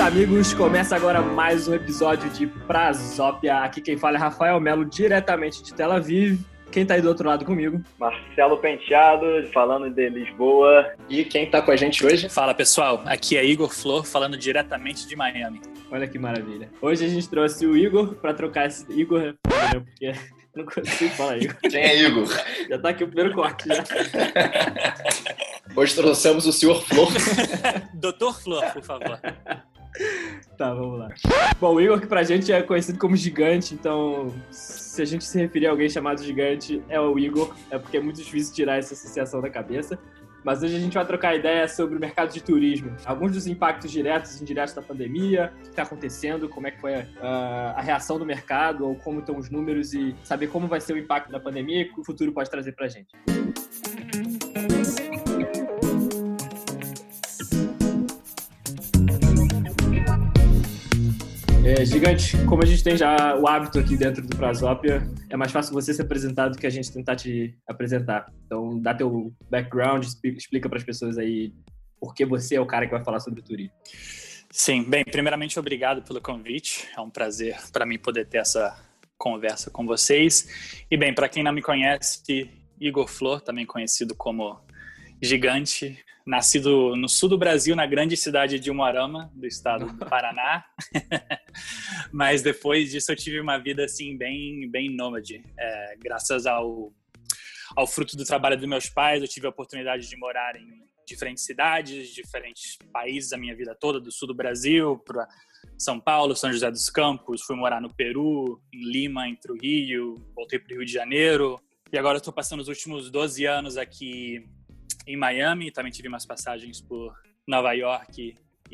amigos, começa agora mais um episódio de Prazópia. Aqui quem fala é Rafael Melo, diretamente de Tel Aviv. Quem tá aí do outro lado comigo? Marcelo Penteado, falando de Lisboa. E quem tá com a gente hoje? Fala pessoal, aqui é Igor Flor, falando diretamente de Miami. Olha que maravilha. Hoje a gente trouxe o Igor pra trocar esse... Igor, porque não consigo falar Igor. Quem é Igor? Já tá aqui o primeiro corte, já. Hoje trouxemos o senhor Flor. Doutor Flor, por favor. Tá, vamos lá. Bom, o Igor, que pra gente é conhecido como gigante, então se a gente se referir a alguém chamado gigante, é o Igor, é porque é muito difícil tirar essa associação da cabeça. Mas hoje a gente vai trocar ideia sobre o mercado de turismo. Alguns dos impactos diretos e indiretos da pandemia, o que está acontecendo, como é que foi a reação do mercado, ou como estão os números e saber como vai ser o impacto da pandemia e o que o futuro pode trazer pra gente. Gigante, como a gente tem já o hábito aqui dentro do Prazópia, é mais fácil você se apresentar do que a gente tentar te apresentar. Então, dá teu background, explica para as pessoas aí por que você é o cara que vai falar sobre turismo. Sim, bem, primeiramente, obrigado pelo convite. É um prazer para mim poder ter essa conversa com vocês. E, bem, para quem não me conhece, Igor Flor, também conhecido como Gigante, nascido no sul do Brasil, na grande cidade de Umuarama, do estado do Paraná. Mas depois disso eu tive uma vida assim bem nômade. Graças ao fruto do trabalho dos meus pais, eu tive a oportunidade de morar em diferentes cidades, diferentes países a minha vida toda, do sul do Brasil para São Paulo, São José dos Campos, fui morar no Peru, em Lima, em Trujillo, voltei para o Rio de Janeiro. E agora eu estou passando os últimos 12 anos aqui em Miami, também tive umas passagens por Nova York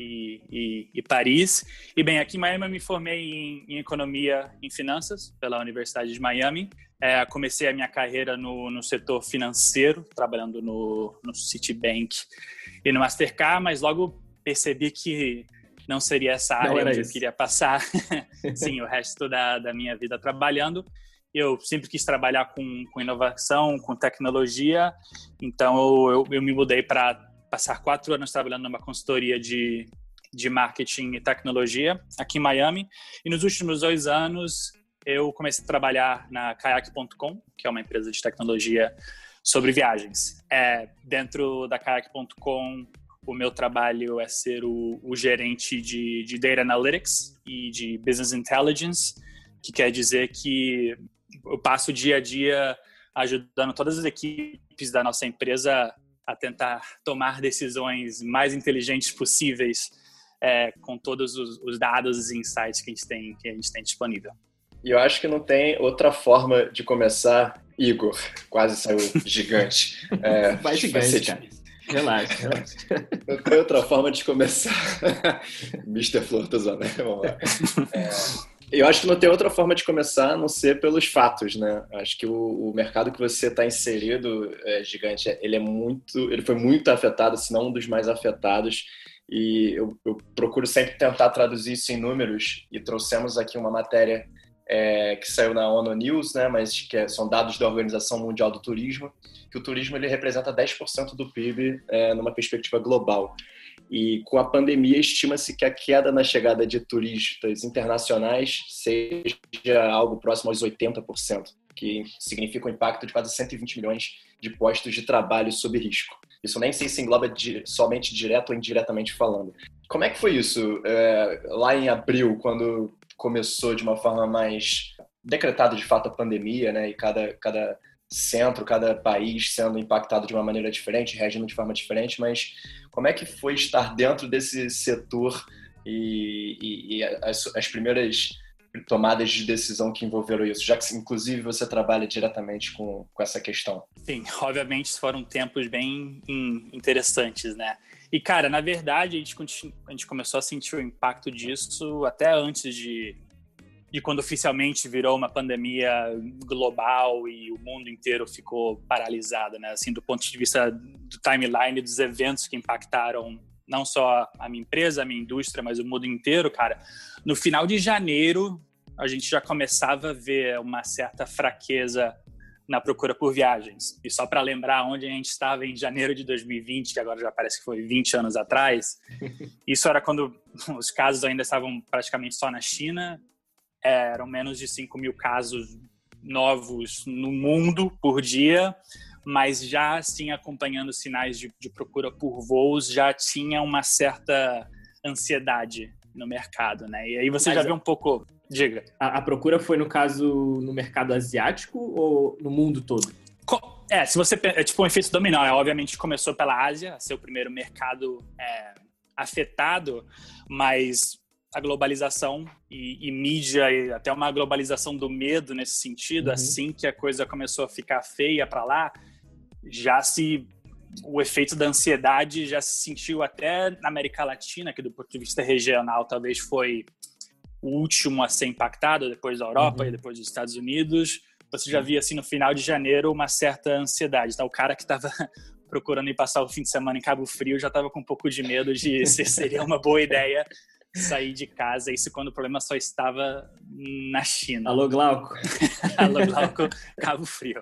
e Paris. E bem, aqui em Miami eu me formei em Economia em Finanças pela Universidade de Miami. Comecei a minha carreira no setor financeiro, trabalhando no Citibank e no Mastercard, mas logo percebi que não seria essa área onde eu queria passar sim, o resto da minha vida trabalhando. Eu sempre quis trabalhar com inovação, com tecnologia, então eu me mudei para passar 4 anos trabalhando numa consultoria de marketing e tecnologia aqui em Miami. E nos últimos 2 anos eu comecei a trabalhar na Kayak.com, que é uma empresa de tecnologia sobre viagens. Dentro da Kayak.com, o meu trabalho é ser o gerente de Data Analytics e de Business Intelligence, que quer dizer que eu passo o dia a dia ajudando todas as equipes da nossa empresa a tentar tomar decisões mais inteligentes possíveis com todos os dados e insights que a gente tem disponível. E eu acho que não tem outra forma de começar, Igor, quase saiu gigante. Vai gigante, cara. Relaxa. Não tem outra forma de começar. Mr. Flor, tô zoando, né? Vamos lá. Eu acho que não tem outra forma de começar a não ser pelos fatos, né? Acho que o mercado que você está inserido, Gigante, ele foi muito afetado, se não um dos mais afetados. E eu procuro sempre tentar traduzir isso em números. E trouxemos aqui uma matéria que saiu na ONU News, né? Mas que são dados da Organização Mundial do Turismo, que o turismo ele representa 10% do PIB numa perspectiva global. E com a pandemia, estima-se que a queda na chegada de turistas internacionais seja algo próximo aos 80%, que significa um impacto de quase 120 milhões de postos de trabalho sob risco. Isso nem sei se engloba somente direto ou indiretamente falando. Como é que foi isso lá em abril, quando começou de uma forma mais decretada de fato a pandemia, né? E cada centro, cada país sendo impactado de uma maneira diferente, reagindo de forma diferente, mas como é que foi estar dentro desse setor e as primeiras tomadas de decisão que envolveram isso, já que inclusive você trabalha diretamente com essa questão? Sim, obviamente foram tempos bem interessantes, né? E cara, na verdade a gente começou a sentir o impacto disso até antes de quando oficialmente virou uma pandemia global e o mundo inteiro ficou paralisado, né? Assim, do ponto de vista do timeline dos eventos que impactaram não só a minha empresa, a minha indústria, mas o mundo inteiro, cara. No final de janeiro, a gente já começava a ver uma certa fraqueza na procura por viagens. E só para lembrar onde a gente estava em janeiro de 2020, que agora já parece que foi 20 anos atrás, isso era quando os casos ainda estavam praticamente só na China, eram menos de 5 mil casos novos no mundo por dia, mas já assim, acompanhando sinais de procura por voos, já tinha uma certa ansiedade no mercado, né? E aí você já vê um pouco... Diga. A procura foi, no caso, no mercado asiático ou no mundo todo? Se você... É tipo um efeito dominó. Obviamente começou pela Ásia, a ser o primeiro mercado afetado, mas a globalização e mídia, e até uma globalização do medo nesse sentido, assim que a coisa começou a ficar feia para lá, o efeito da ansiedade já se sentiu até na América Latina, que do ponto de vista regional talvez foi o último a ser impactado, depois da Europa e depois dos Estados Unidos. Você já via, assim, no final de janeiro, uma certa ansiedade. Então, o cara que estava procurando ir passar o fim de semana em Cabo Frio já estava com um pouco de medo de se seria uma boa ideia sair de casa, isso quando o problema só estava na China. Alô, Glauco. Alô, Glauco, Cabo Frio.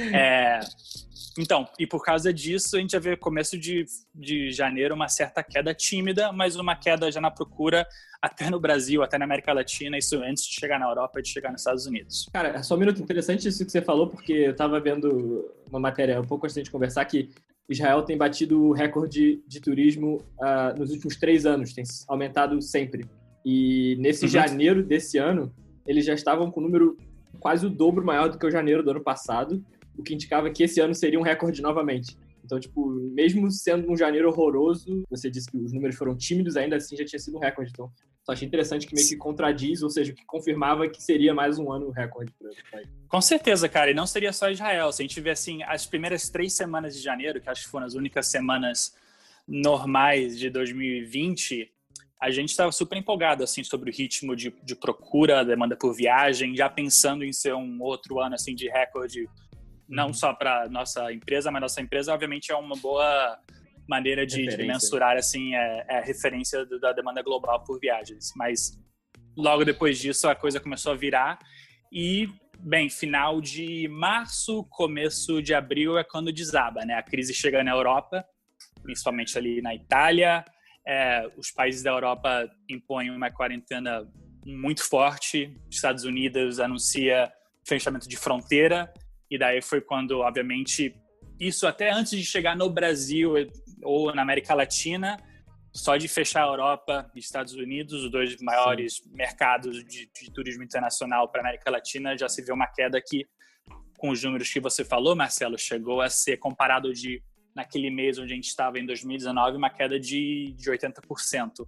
Então, e por causa disso, a gente já vê começo de janeiro uma certa queda tímida, mas uma queda já na procura até no Brasil, até na América Latina, isso antes de chegar na Europa e de chegar nos Estados Unidos. Cara, só um minuto, interessante isso que você falou, porque eu estava vendo uma matéria um pouco antes de conversar que Israel tem batido o recorde de turismo nos últimos 3 anos, tem aumentado sempre. E nesse janeiro desse ano, eles já estavam com um número quase o dobro maior do que o janeiro do ano passado, o que indicava que esse ano seria um recorde novamente. Então, tipo, mesmo sendo um janeiro horroroso, você disse que os números foram tímidos, ainda assim já tinha sido um recorde. Então, só achei interessante que meio que contradiz, ou seja, que confirmava que seria mais um ano recorde para o país. Com certeza, cara, e não seria só Israel. Se a gente vê, assim, as primeiras 3 semanas de janeiro, que acho que foram as únicas semanas normais de 2020, a gente estava super empolgado, assim, sobre o ritmo de procura, demanda por viagem, já pensando em ser um outro ano, assim, de recorde, não só para nossa empresa, mas nossa empresa, obviamente, é uma boa maneira de mensurar, assim, a referência da demanda global por viagens. Mas logo depois disso, a coisa começou a virar e, bem, final de março, começo de abril é quando desaba, né? A crise chega na Europa, principalmente ali na Itália. Os países da Europa impõem uma quarentena muito forte. Os Estados Unidos anuncia fechamento de fronteira. E daí foi quando, obviamente, isso até antes de chegar no Brasil ou na América Latina, só de fechar a Europa e Estados Unidos, os 2 maiores mercados de turismo internacional para a América Latina, já se vê uma queda que, com os números que você falou, Marcelo, chegou a ser comparado naquele mês onde a gente estava em 2019, uma queda de 80%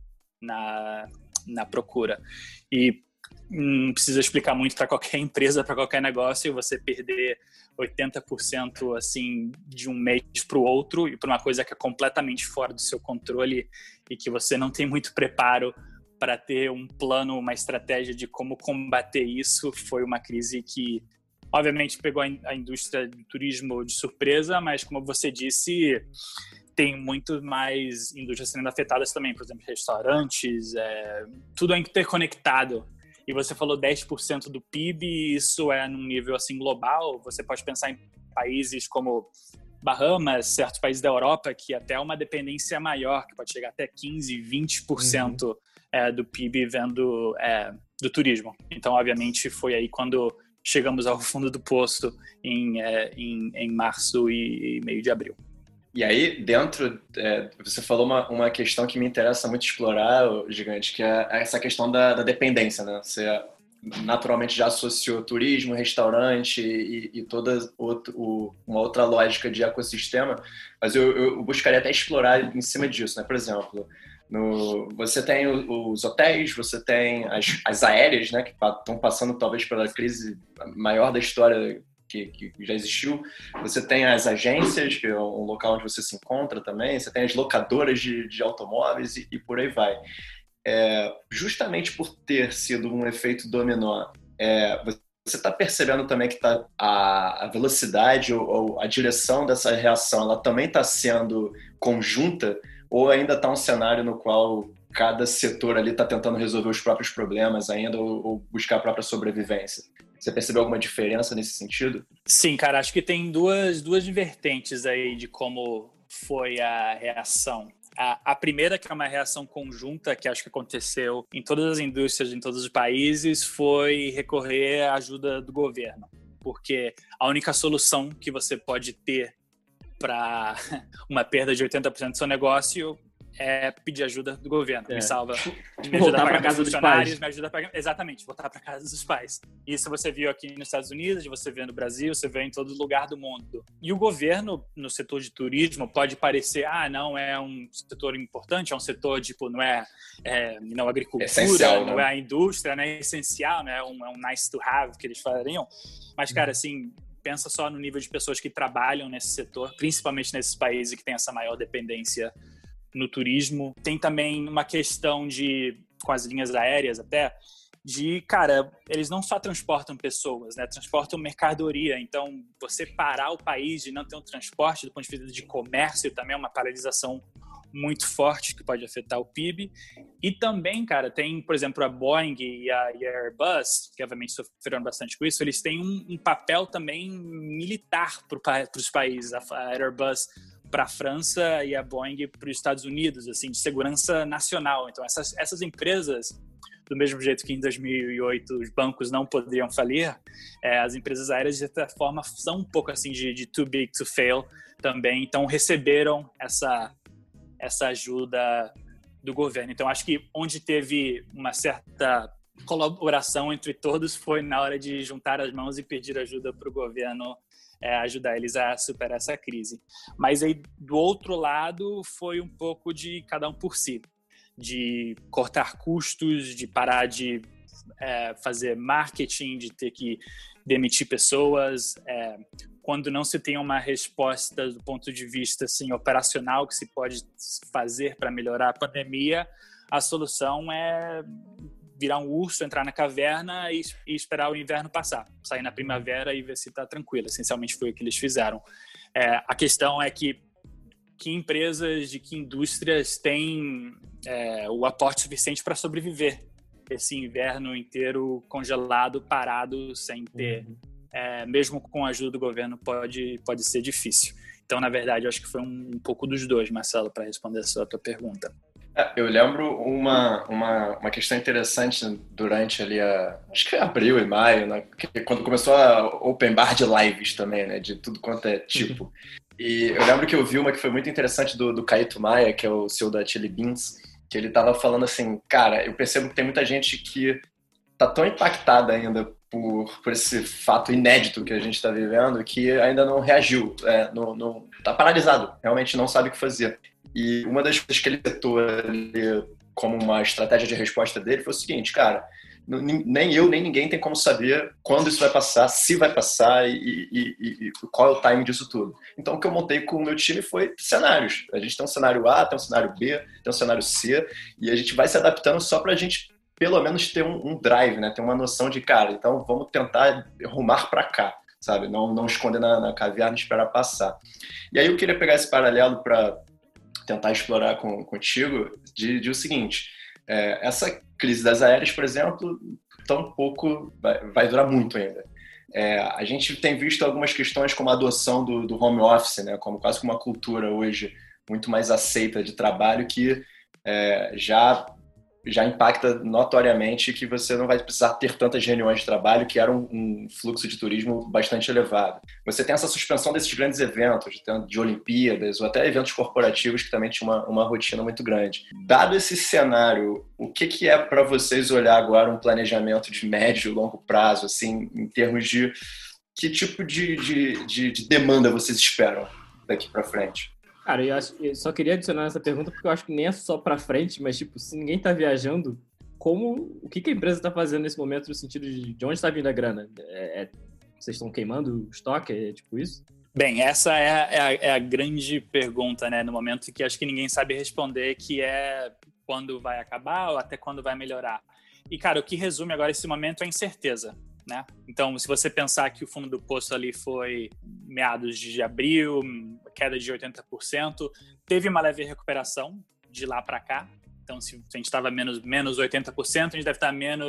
na procura. E não precisa explicar muito para qualquer empresa, para qualquer negócio, você perder 80% assim, de um mês para o outro e para uma coisa que é completamente fora do seu controle e que você não tem muito preparo para ter um plano, uma estratégia de como combater isso. Foi uma crise que, obviamente, pegou a indústria do turismo de surpresa, mas, como você disse, tem muito mais indústrias sendo afetadas também, por exemplo, restaurantes, tudo é interconectado. E você falou 10% do PIB, isso é num nível assim global. Você pode pensar em países como Bahamas, certos países da Europa, que até é uma dependência maior, que pode chegar até 15%, 20% do PIB vendo do turismo. Então, obviamente, foi aí quando chegamos ao fundo do poço em março e meio de abril. E aí, dentro, você falou uma questão que me interessa muito explorar, Gigante, que é essa questão da dependência, né? Você naturalmente já associou turismo, restaurante e toda uma outra lógica de ecossistema, mas eu buscaria até explorar em cima disso, né? Por exemplo, você tem os hotéis, você tem as aéreas, né? Que estão passando talvez pela crise maior da história que já existiu. Você tem as agências, que é um local onde você se encontra também. Você tem as locadoras de automóveis e por aí vai. Justamente por ter sido um efeito dominó, você está percebendo também que a velocidade ou a direção dessa reação, ela também está sendo conjunta, ou ainda está um cenário no qual cada setor ali está tentando resolver os próprios problemas ainda ou buscar a própria sobrevivência? Você percebeu alguma diferença nesse sentido? Sim, cara, acho que tem duas vertentes aí de como foi a reação. A primeira, que é uma reação conjunta, que acho que aconteceu em todas as indústrias, em todos os países, foi recorrer à ajuda do governo. Porque a única solução que você pode ter para uma perda de 80% do seu negócio é pedir ajuda do governo. Me salva, me ajuda a pagar meus funcionários, me ajuda a pagar... Exatamente, voltar para casa dos pais. Isso você viu aqui nos Estados Unidos, você vê no Brasil, você vê em todo lugar do mundo. E o governo, no setor de turismo, pode parecer, não é um setor importante, é um setor, tipo, não é agricultura, essencial, não é a indústria, não é essencial, não é um nice to have que eles falariam. Mas, cara, assim, pensa só no nível de pessoas que trabalham nesse setor, principalmente nesses países que têm essa maior dependência no turismo. Tem também uma questão com as linhas aéreas até, cara, eles não só transportam pessoas, né? Transportam mercadoria. Então, você parar o país de não ter um transporte do ponto de vista de comércio também é uma paralisação muito forte que pode afetar o PIB. E também, cara, tem, por exemplo, a Boeing e a Airbus, que obviamente sofreram bastante com isso, eles têm um papel também militar para os países. A Airbus para a França e a Boeing para os Estados Unidos, assim, de segurança nacional. Então, essas empresas, do mesmo jeito que em 2008 os bancos não poderiam falir, as empresas aéreas, de certa forma, são um pouco assim de too big to fail também. Então, receberam essa ajuda do governo. Então, acho que onde teve uma certa colaboração entre todos foi na hora de juntar as mãos e pedir ajuda para o governo ajudar eles a superar essa crise. Mas aí, do outro lado, foi um pouco de cada um por si, de cortar custos, de parar de fazer marketing, de ter que demitir pessoas. Quando não se tem uma resposta do ponto de vista assim, operacional que se pode fazer para melhorar a pandemia, a solução é virar um urso, entrar na caverna e esperar o inverno passar, sair na primavera e ver se está tranquilo. Essencialmente foi o que eles fizeram. A questão é que empresas, de que indústrias têm o aporte suficiente para sobreviver esse inverno inteiro congelado, parado, sem ter... mesmo com a ajuda do governo, pode ser difícil. Então, na verdade, eu acho que foi um pouco dos dois, Marcelo, para responder a tua pergunta. Eu lembro uma questão interessante durante ali acho que foi abril e maio, né? Quando começou a open bar de lives também, né? De tudo quanto é tipo. E eu lembro que eu vi uma que foi muito interessante do Caíto Maia, que é o CEO da Chili Beans, que ele tava falando assim, cara, eu percebo que tem muita gente que tá tão impactada ainda por esse fato inédito que a gente está vivendo, que ainda não reagiu, não tá paralisado, realmente não sabe o que fazer. E uma das coisas que ele citou ali como uma estratégia de resposta dele foi o seguinte, cara, nem eu nem ninguém tem como saber quando isso vai passar, se vai passar e qual é o timing disso tudo. Então o que eu montei com o meu time foi cenários. A gente tem um cenário A, tem um cenário B, tem um cenário C, e a gente vai se adaptando só pra gente pelo menos ter um drive, né? Ter uma noção de, cara, então vamos tentar rumar para cá, sabe? Não esconder na caverna e esperar passar. E aí eu queria pegar esse paralelo para tentar explorar contigo de o seguinte, essa crise das aéreas, por exemplo, tão pouco, vai durar muito ainda. A gente tem visto algumas questões como a adoção do home office, né? Como quase como uma cultura hoje muito mais aceita de trabalho que já impacta notoriamente que você não vai precisar ter tantas reuniões de trabalho, que era um fluxo de turismo bastante elevado. Você tem essa suspensão desses grandes eventos, de Olimpíadas, ou até eventos corporativos que também tinham uma rotina muito grande. Dado esse cenário, o que é para vocês olhar agora um planejamento de médio e longo prazo, assim, em termos de que tipo de demanda vocês esperam daqui para frente? Cara, eu só queria adicionar essa pergunta porque eu acho que nem é só pra frente, mas, tipo, se ninguém tá viajando, o que a empresa tá fazendo nesse momento no sentido de onde tá vindo a grana? Vocês estão queimando o estoque? É tipo isso? Bem, essa é a grande pergunta, né? No momento que acho que ninguém sabe responder, que é quando vai acabar ou até quando vai melhorar. E, cara, o que resume agora esse momento é a incerteza, né? Então, se você pensar que o fundo do poço ali foi meados de abril, queda de 80%, teve uma leve recuperação de lá para cá. Então, se a gente estava menos 80%, a gente deve estar menos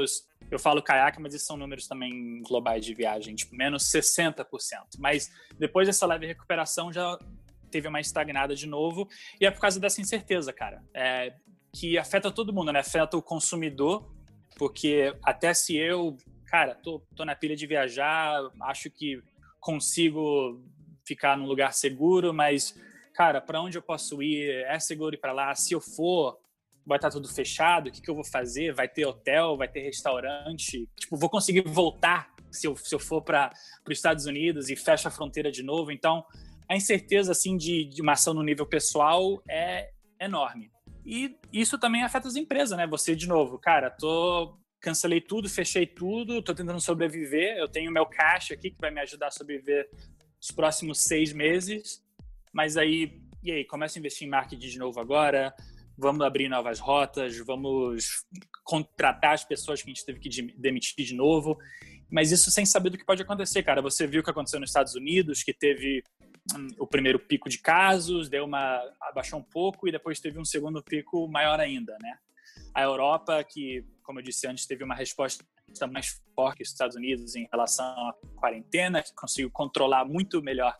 Eu falo caiaque, mas esses são números também globais de viagem, tipo, menos 60%. Mas depois dessa leve recuperação já teve uma estagnada de novo, e é por causa dessa incerteza, cara, que afeta todo mundo, né? Afeta o consumidor, porque até se eu, cara, tô na pilha de viajar, acho que consigo ficar num lugar seguro, mas, cara, para onde eu posso ir? É seguro ir para lá? Se eu for, vai estar tudo fechado? O que eu vou fazer? Vai ter hotel? Vai ter restaurante? Tipo, vou conseguir voltar se eu for para os Estados Unidos e fecha a fronteira de novo? Então, a incerteza, assim, de uma ação no nível pessoal é enorme. E isso também afeta as empresas, né? Você, de novo, cara, cancelei tudo, fechei tudo, tô tentando sobreviver, eu tenho meu caixa aqui que vai me ajudar a sobreviver os próximos 6 meses, mas aí, e aí, começa a investir em marketing de novo agora, vamos abrir novas rotas, vamos contratar as pessoas que a gente teve que demitir de novo, mas isso sem saber do que pode acontecer, cara. Você viu o que aconteceu nos Estados Unidos, que teve o primeiro pico de casos, abaixou um pouco e depois teve um segundo pico maior ainda, né? A Europa, que, como eu disse antes, teve uma resposta mais forte que os Estados Unidos em relação à quarentena, que conseguiu controlar muito melhor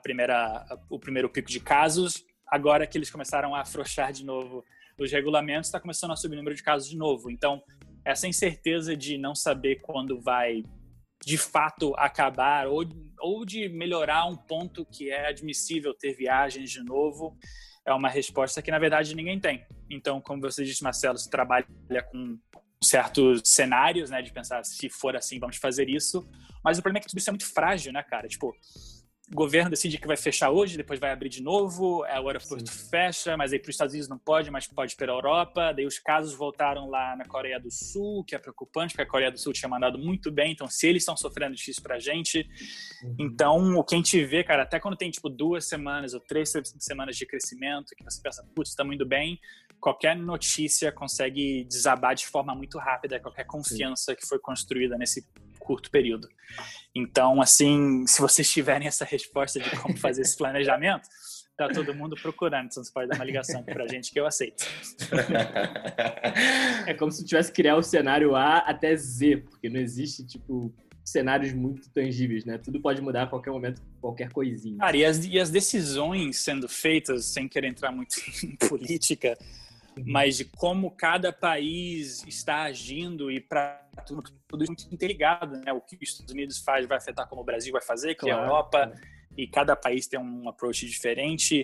o primeiro pico de casos. Agora que eles começaram a afrouxar de novo os regulamentos, está começando a subir o número de casos de novo. Então, essa incerteza de não saber quando vai de fato acabar ou de melhorar um ponto que é admissível ter viagens de novo, é uma resposta que, na verdade, ninguém tem. Então, como você disse, Marcelo, você trabalha com certos cenários, né, de pensar, se for assim, vamos fazer isso. Mas o problema é que tudo isso é muito frágil, né, cara? Tipo, o governo decide que vai fechar hoje, depois vai abrir de novo, o aeroporto fecha, mas aí para os Estados Unidos não pode, mas pode para a Europa. Daí os casos voltaram lá na Coreia do Sul, que é preocupante, porque a Coreia do Sul tinha mandado muito bem, então se eles estão sofrendo isso para a gente. Então, o que a gente vê, cara, até quando tem tipo 2 semanas ou 3 semanas de crescimento, que você pensa, putz, estamos indo bem, qualquer notícia consegue desabar de forma muito rápida qualquer confiança que foi construída nesse curto período. Então, assim, se vocês tiverem essa resposta de como fazer esse planejamento, tá todo mundo procurando, então você pode dar uma ligação aqui pra gente que eu aceito. É como se tivesse que criar o cenário A até Z, porque não existe, tipo, cenários muito tangíveis, né? Tudo pode mudar a qualquer momento, qualquer coisinha. Cara, e as decisões sendo feitas, sem querer entrar muito em política, mas de como cada país está agindo e para tudo isso muito interligado, né? O que os Estados Unidos faz vai afetar como o Brasil vai fazer, que é a Europa, e cada país tem um approach diferente.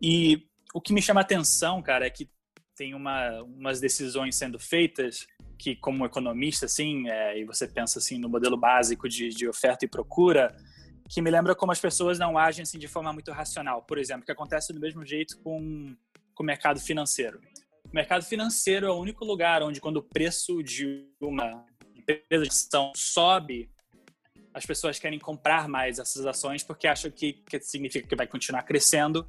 E o que me chama a atenção, cara, é que tem umas decisões sendo feitas que, como economista, assim, e você pensa assim no modelo básico de oferta e procura, que me lembra como as pessoas não agem assim de forma muito racional. Por exemplo, que acontece do mesmo jeito com o mercado financeiro. O mercado financeiro é o único lugar onde, quando o preço de uma empresa de ação sobe, as pessoas querem comprar mais essas ações porque acham que significa que vai continuar crescendo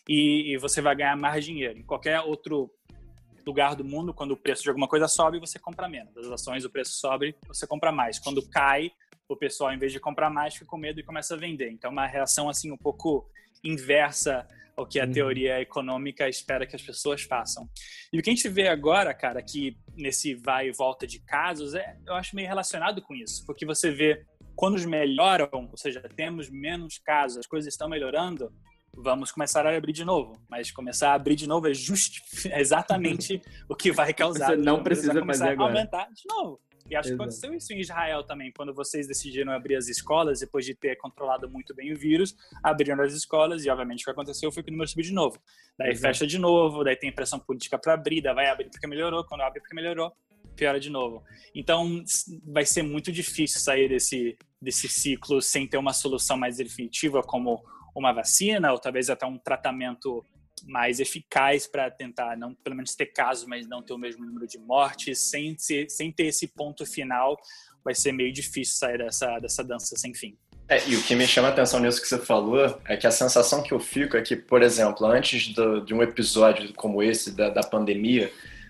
e você vai ganhar mais dinheiro. Em qualquer outro lugar do mundo, quando o preço de alguma coisa sobe, você compra menos. Das ações, o preço sobe, você compra mais. Quando cai, o pessoal, em vez de comprar mais, fica com medo e começa a vender. Então, é uma reação assim um pouco inversa ao que a teoria econômica espera que as pessoas façam. E o que a gente vê agora, cara, que nesse vai e volta de casos, eu acho meio relacionado com isso, porque você vê quando os melhoram, ou seja, temos menos casos, as coisas estão melhorando, vamos começar a abrir de novo. Mas começar a abrir de novo é exatamente o que vai causar. Você não precisa começar fazer agora. A aumentar de novo. E acho que aconteceu isso em Israel também, quando vocês decidiram abrir as escolas, depois de ter controlado muito bem o vírus, abriram as escolas e, obviamente, o que aconteceu foi que o número subiu de novo. Daí fecha de novo, daí tem pressão política para abrir, daí vai abrir porque melhorou, quando abre porque melhorou, piora de novo. Então, vai ser muito difícil sair desse ciclo sem ter uma solução mais definitiva, como uma vacina, ou talvez até um tratamento mais eficaz para tentar, não pelo menos ter casos, mas não ter o mesmo número de mortes, sem ter esse ponto final, vai ser meio difícil sair dessa dança sem fim. E o que me chama a atenção nisso que você falou é que a sensação que eu fico é que, por exemplo, antes de um episódio como esse da pandemia,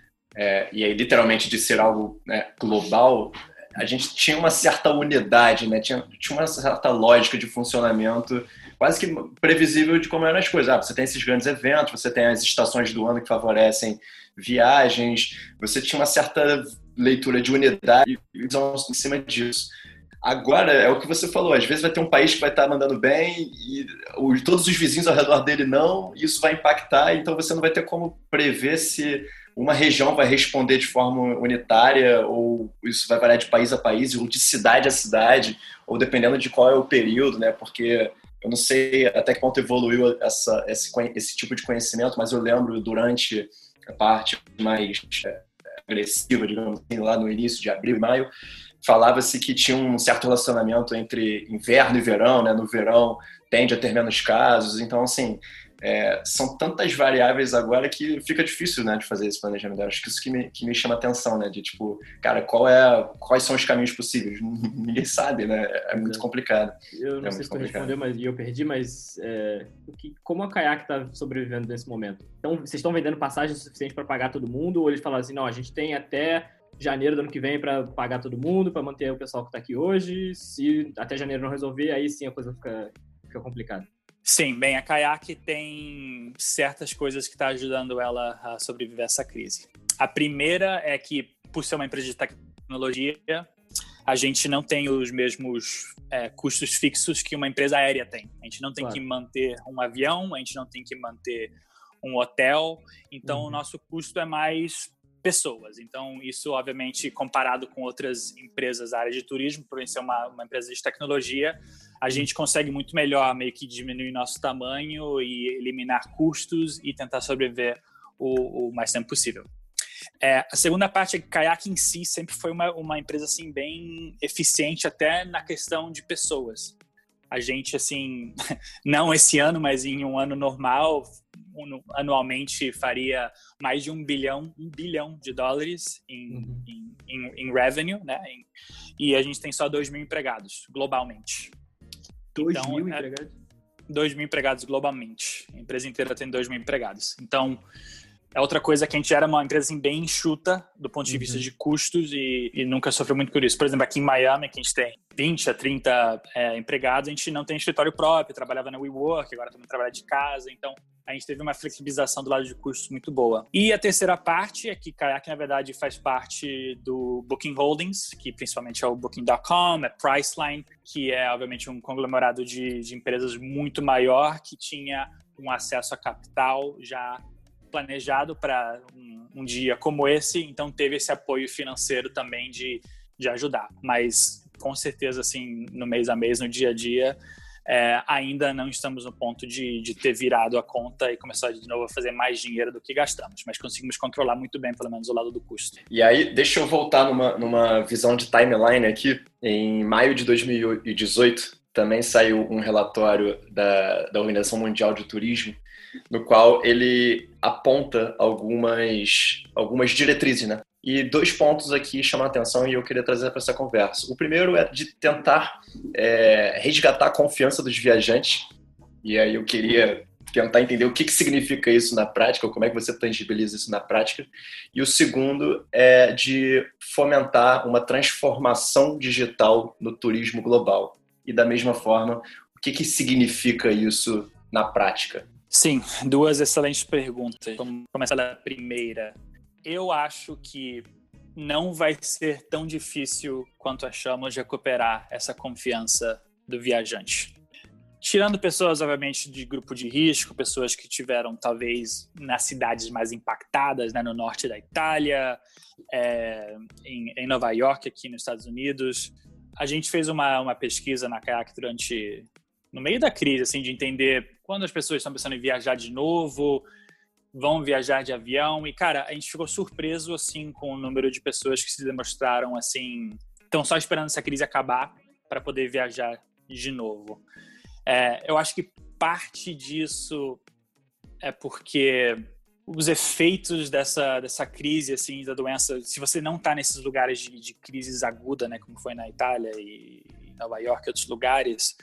e aí literalmente de ser algo, né, global, a gente tinha uma certa unidade, né? Tinha uma certa lógica de funcionamento quase que previsível de como eram as coisas. Você tem esses grandes eventos, você tem as estações do ano que favorecem viagens, você tinha uma certa leitura de unidade e visão em cima disso. Agora, é o que você falou, às vezes vai ter um país que vai estar mandando bem e todos os vizinhos ao redor dele não, e isso vai impactar, então você não vai ter como prever se uma região vai responder de forma unitária ou isso vai variar de país a país, ou de cidade a cidade, ou dependendo de qual é o período, né? Porque eu não sei até que ponto evoluiu esse tipo de conhecimento, mas eu lembro durante a parte mais agressiva, digamos assim, lá no início de abril e maio, falava-se que tinha um certo relacionamento entre inverno e verão, né? No verão tende a ter menos casos, então, assim, são tantas variáveis agora que fica difícil, né, de fazer esse planejamento. Acho que isso que me chama atenção, né, de tipo, cara, quais são os caminhos possíveis? Ninguém sabe, né? É muito complicado. Eu não sei se tu respondeu, e eu perdi, mas como a Kayak está sobrevivendo nesse momento? Então, vocês estão vendendo passagem suficiente para pagar todo mundo? Ou eles falaram assim, não, a gente tem até janeiro do ano que vem para pagar todo mundo, para manter o pessoal que está aqui hoje. Se até janeiro não resolver, aí sim a coisa fica complicada. Sim, bem, a Kayak tem certas coisas que estão ajudando ela a sobreviver a essa crise. A primeira é que, por ser uma empresa de tecnologia, a gente não tem os mesmos custos fixos que uma empresa aérea tem. A gente não tem que manter um avião, a gente não tem que manter um hotel, então o nosso custo é mais pessoas. Então, isso, obviamente, comparado com outras empresas da área de turismo, por ser uma empresa de tecnologia, a gente consegue muito melhor meio que diminuir nosso tamanho e eliminar custos e tentar sobreviver o mais tempo possível. A segunda parte é que Kayak em si sempre foi uma empresa assim, bem eficiente até na questão de pessoas. A gente, assim, não esse ano, mas em um ano normal, anualmente faria mais de $1 bilhão de dólares em revenue, né? E a gente tem só 2 mil empregados globalmente. 2 mil empregados? 2 mil empregados globalmente. A empresa inteira tem 2 mil empregados. Então, é outra coisa que a gente era uma empresa assim, bem enxuta do ponto de vista de custos e nunca sofreu muito por isso. Por exemplo, aqui em Miami, que a gente tem 20 a 30 empregados, a gente não tem escritório próprio, trabalhava na WeWork, agora também trabalha de casa, então a gente teve uma flexibilização do lado de custos muito boa. E a terceira parte é que Kayak, na verdade, faz parte do Booking Holdings, que principalmente é o Booking.com, é Priceline, que é, obviamente, um conglomerado de empresas muito maior, que tinha um acesso a capital já planejado para um dia como esse, então teve esse apoio financeiro também de ajudar. Mas, com certeza, assim, no mês a mês, no dia a dia, ainda não estamos no ponto de ter virado a conta e começar de novo a fazer mais dinheiro do que gastamos, mas conseguimos controlar muito bem, pelo menos, o lado do custo. E aí, deixa eu voltar numa visão de timeline aqui. Em maio de 2018, também saiu um relatório da Organização Mundial de Turismo, no qual ele aponta algumas diretrizes, né? E 2 pontos aqui chamam a atenção e eu queria trazer para essa conversa. O primeiro é de tentar resgatar a confiança dos viajantes. E aí eu queria tentar entender o que significa isso na prática, ou como é que você tangibiliza isso na prática. E o segundo é de fomentar uma transformação digital no turismo global. E da mesma forma, o que significa isso na prática? Sim, 2 excelentes perguntas. Vamos começar da primeira. Eu acho que não vai ser tão difícil quanto achamos de recuperar essa confiança do viajante. Tirando pessoas, obviamente, de grupo de risco, pessoas que tiveram, talvez, nas cidades mais impactadas, né, no norte da Itália, em Nova York, aqui nos Estados Unidos. A gente fez uma pesquisa na Kayak no meio da crise, assim, de entender quando as pessoas estão pensando em viajar de novo, vão viajar de avião. E, cara, a gente ficou surpreso, assim, com o número de pessoas que se demonstraram, assim, estão só esperando essa crise acabar para poder viajar de novo. Eu acho que parte disso é porque os efeitos dessa crise, assim, da doença, se você não está nesses lugares de crises aguda, né, como foi na Itália e Nova York e outros lugares,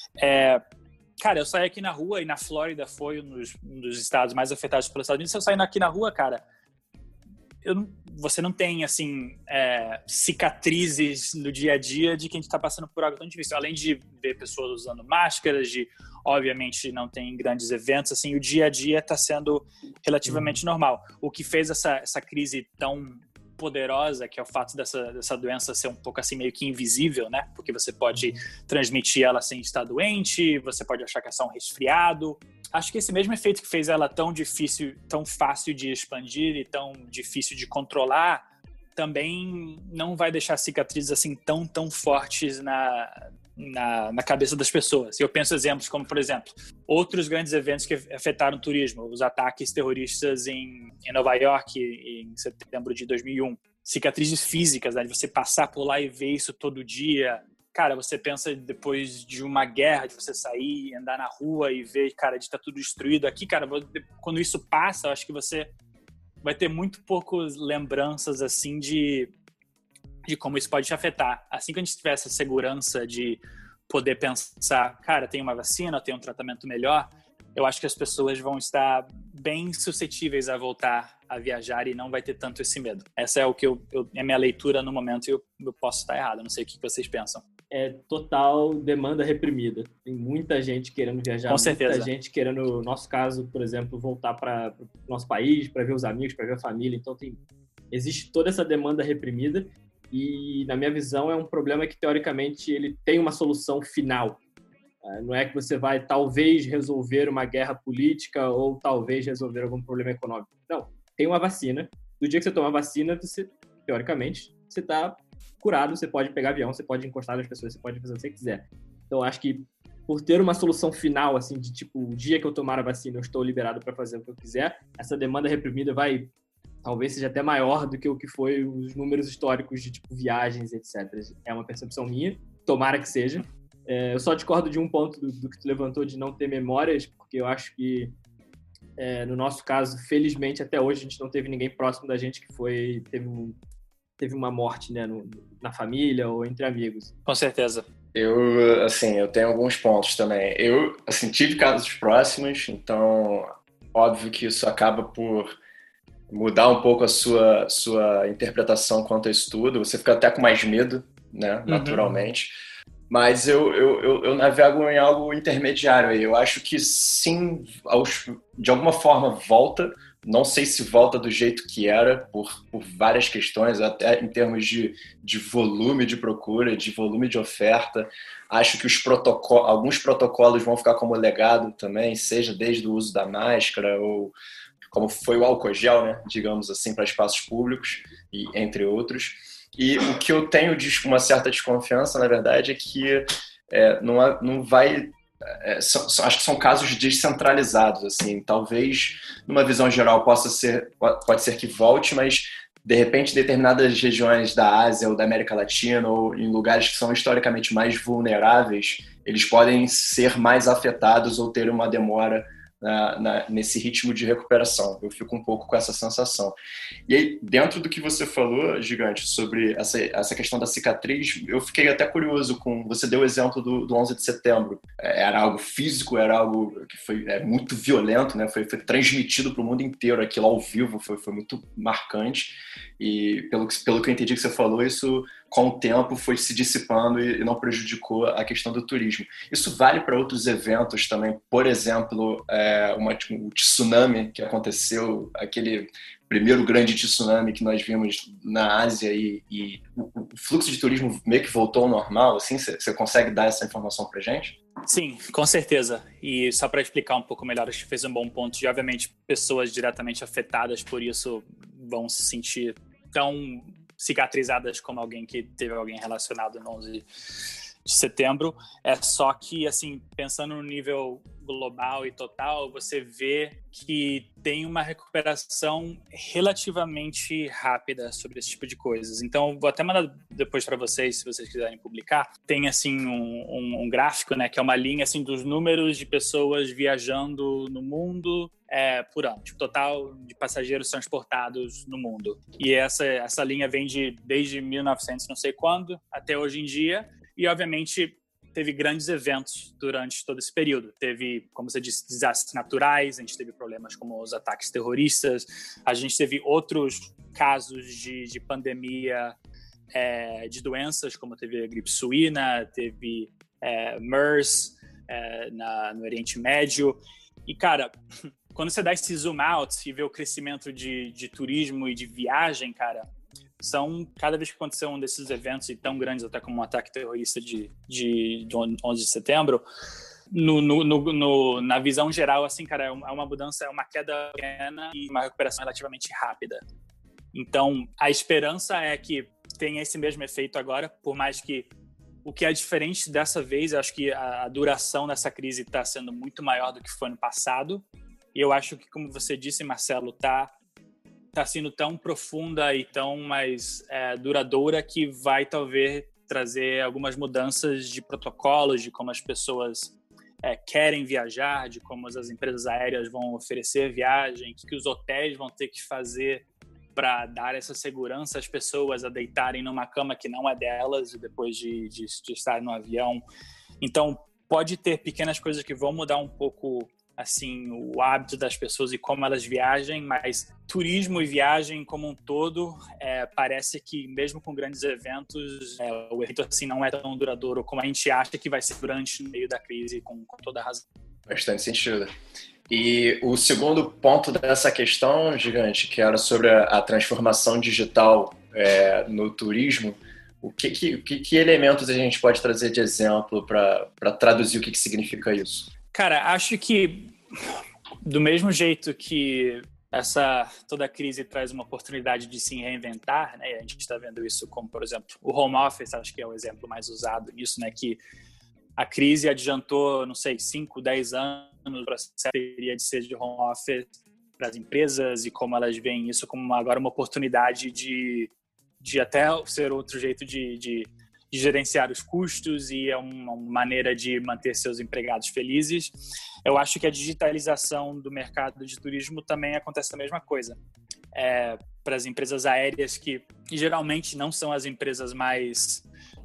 cara, eu saí aqui na rua, e na Flórida foi um dos estados mais afetados pelos Estados Unidos. Se eu sair aqui na rua, cara, você não tem, assim, cicatrizes no dia a dia de que a gente está passando por algo tão difícil. Além de ver pessoas usando máscaras, obviamente, não tem grandes eventos, assim, o dia a dia está sendo relativamente normal. O que fez essa crise tão poderosa, que é o fato dessa doença ser um pouco assim meio que invisível, né? Porque você pode transmitir ela sem estar doente, você pode achar que é só um resfriado. Acho que esse mesmo efeito que fez ela tão difícil, tão fácil de expandir e tão difícil de controlar, também não vai deixar cicatrizes assim tão fortes na cabeça das pessoas. Eu penso exemplos como, por exemplo, outros grandes eventos que afetaram o turismo, os ataques terroristas em Nova York em setembro de 2001. Cicatrizes físicas, né, de você passar por lá e ver isso todo dia. Cara, você pensa depois de uma guerra, de você sair, andar na rua e ver, cara, de estar tudo destruído. Aqui, cara, quando isso passa, eu acho que você vai ter muito poucas lembranças, assim, de como isso pode te afetar. Assim que a gente tiver essa segurança de poder pensar, cara, tem uma vacina, tem um tratamento melhor, eu acho que as pessoas vão estar bem suscetíveis a voltar a viajar e não vai ter tanto esse medo. Essa é o que é minha leitura no momento e eu posso estar errado. Não sei o que vocês pensam. É total demanda reprimida. Tem muita gente querendo viajar, com certeza. Muita gente querendo, no nosso caso, por exemplo, voltar para o nosso país, para ver os amigos, para ver a família. Então, existe toda essa demanda reprimida e, na minha visão, é um problema que, teoricamente, ele tem uma solução final. Não é que você vai, talvez, resolver uma guerra política ou talvez resolver algum problema econômico. Não, tem uma vacina. No dia que você toma a vacina, você, teoricamente, você está curado, você pode pegar avião, você pode encostar nas pessoas, você pode fazer o que você quiser. Então, acho que por ter uma solução final, assim, de tipo, o dia que eu tomar a vacina, eu estou liberado para fazer o que eu quiser, essa demanda reprimida talvez seja até maior do que o que foi os números históricos de, tipo, viagens, etc. É uma percepção minha, tomara que seja. Eu só discordo de um ponto do que tu levantou de não ter memórias, porque eu acho que, no nosso caso, felizmente, até hoje, a gente não teve ninguém próximo da gente que teve uma morte, né, na família ou entre amigos. Com certeza. Eu tenho alguns pontos também. Eu, tive casos próximos, então, óbvio que isso acaba por mudar um pouco a sua interpretação quanto a isso tudo. Você fica até com mais medo, né, naturalmente. Mas eu navego em algo intermediário aí. Eu acho que sim, de alguma forma volta. Não sei se volta do jeito que era, por várias questões, até em termos de volume de procura, de volume de oferta. Acho que alguns protocolos vão ficar como legado também, seja desde o uso da máscara ou como foi o álcool gel, né, digamos assim, para espaços públicos, e entre outros. E o que eu tenho de uma certa desconfiança, na verdade, é que não vai... acho que são casos descentralizados, assim. Talvez, numa visão geral, pode ser que volte, mas, de repente, determinadas regiões da Ásia ou da América Latina, ou em lugares que são historicamente mais vulneráveis, eles podem ser mais afetados ou ter uma demora nesse ritmo de recuperação. Eu fico um pouco com essa sensação. E aí, dentro do que você falou, Gigante, sobre essa questão da cicatriz, eu fiquei até curioso você deu o exemplo do 11 de setembro. Era algo físico, era algo que foi muito violento, né? Foi transmitido para o mundo inteiro aquilo ao vivo, foi muito marcante. E pelo que eu entendi que você falou, isso com o tempo foi se dissipando e não prejudicou a questão do turismo. Isso vale para outros eventos também, por exemplo, o tsunami que aconteceu, aquele primeiro grande tsunami que nós vimos na Ásia e o fluxo de turismo meio que voltou ao normal, assim, você consegue dar essa informação para gente? Sim, com certeza. E só para explicar um pouco melhor, acho que fez um bom ponto. E, obviamente, pessoas diretamente afetadas por isso vão se sentir tão cicatrizadas como alguém que teve alguém relacionado no 11 de setembro. É só que, assim, pensando no nível global e total, você vê que tem uma recuperação relativamente rápida sobre esse tipo de coisas. Então, vou até mandar depois para vocês, se vocês quiserem publicar. Tem, assim, um gráfico, né, que é uma linha, assim, dos números de pessoas viajando no mundo por ano, tipo, total de passageiros transportados no mundo. E essa linha vem desde 1900 não sei quando até hoje em dia. E, obviamente, teve grandes eventos durante todo esse período. Teve, como você disse, desastres naturais, a gente teve problemas como os ataques terroristas, a gente teve outros casos de pandemia de doenças, como teve a gripe suína, teve MERS no Oriente Médio. E, cara, quando você dá esse zoom out e vê o crescimento de turismo e de viagem, cara, são, cada vez que acontecer um desses eventos e tão grandes, até como um ataque terrorista de 11 de setembro, na visão geral, assim, cara, é uma mudança, é uma queda pequena e uma recuperação relativamente rápida. Então, a esperança é que tenha esse mesmo efeito agora, por mais que o que é diferente dessa vez, eu acho que a duração dessa crise está sendo muito maior do que foi no passado. E eu acho que, como você disse, Marcelo, tá sendo tão profunda e tão mais duradoura que vai talvez trazer algumas mudanças de protocolos, de como as pessoas querem viajar, de como as empresas aéreas vão oferecer viagem, o que os hotéis vão ter que fazer para dar essa segurança às pessoas a deitarem numa cama que não é delas depois de estar no avião. Então, pode ter pequenas coisas que vão mudar um pouco assim, o hábito das pessoas e como elas viajem, mas turismo e viagem como um todo, parece que mesmo com grandes eventos, o efeito assim não é tão duradouro como a gente acha que vai ser durante o meio da crise, com toda a razão. Bastante sentido. E o segundo ponto dessa questão, Gigante, que era sobre a transformação digital no turismo, que elementos a gente pode trazer de exemplo para traduzir o que significa isso? Cara, acho que do mesmo jeito que toda a crise traz uma oportunidade de se reinventar, né? A gente está vendo isso como, por exemplo, o home office, acho que é o exemplo mais usado nisso, né? Que a crise adiantou, não sei, 5, 10 anos o processo teria de ser de home office para as empresas e como elas veem isso como agora uma oportunidade de até ser outro jeito de gerenciar os custos e é uma maneira de manter seus empregados felizes. Eu acho que a digitalização do mercado de turismo também acontece a mesma coisa. Para as empresas aéreas que geralmente não são as empresas mais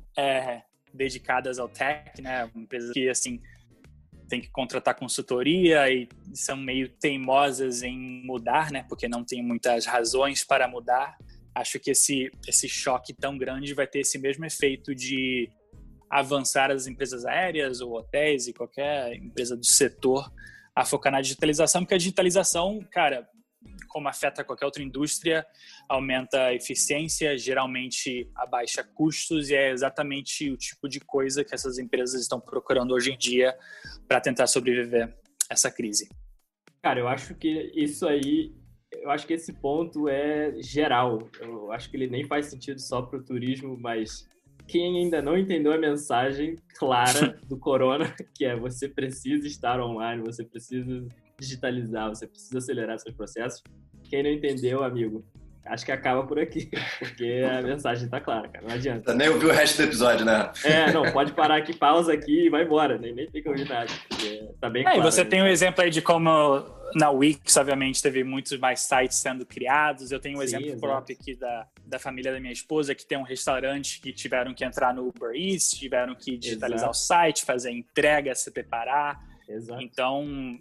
dedicadas ao tech, né? Empresas que, assim, tem que contratar consultoria e são meio teimosas em mudar, né? Porque não tem muitas razões para mudar. Acho que esse choque tão grande vai ter esse mesmo efeito de avançar as empresas aéreas ou hotéis e qualquer empresa do setor a focar na digitalização, porque a digitalização, cara, como afeta qualquer outra indústria, aumenta a eficiência, geralmente abaixa custos e é exatamente o tipo de coisa que essas empresas estão procurando hoje em dia para tentar sobreviver a essa crise. Cara, eu acho que esse ponto é geral. Eu acho que ele nem faz sentido só para o turismo, mas quem ainda não entendeu a mensagem clara do corona, que é você precisa estar online, você precisa digitalizar, você precisa acelerar seus processos. Quem não entendeu, amigo, acho que acaba por aqui, porque a mensagem tá clara, cara, não adianta. Nem ouviu o resto do episódio, né? Não, pode parar aqui, pausa aqui e vai embora, nem tem que ouvir nada, porque tá bem claro. E você tem um exemplo aí de como na Wix, obviamente, teve muitos mais sites sendo criados. Eu tenho um exemplo próprio aqui da família da minha esposa, que tem um restaurante que tiveram que entrar no Uber Eats, tiveram que digitalizar o site, fazer a entrega, se preparar. Exato. Então,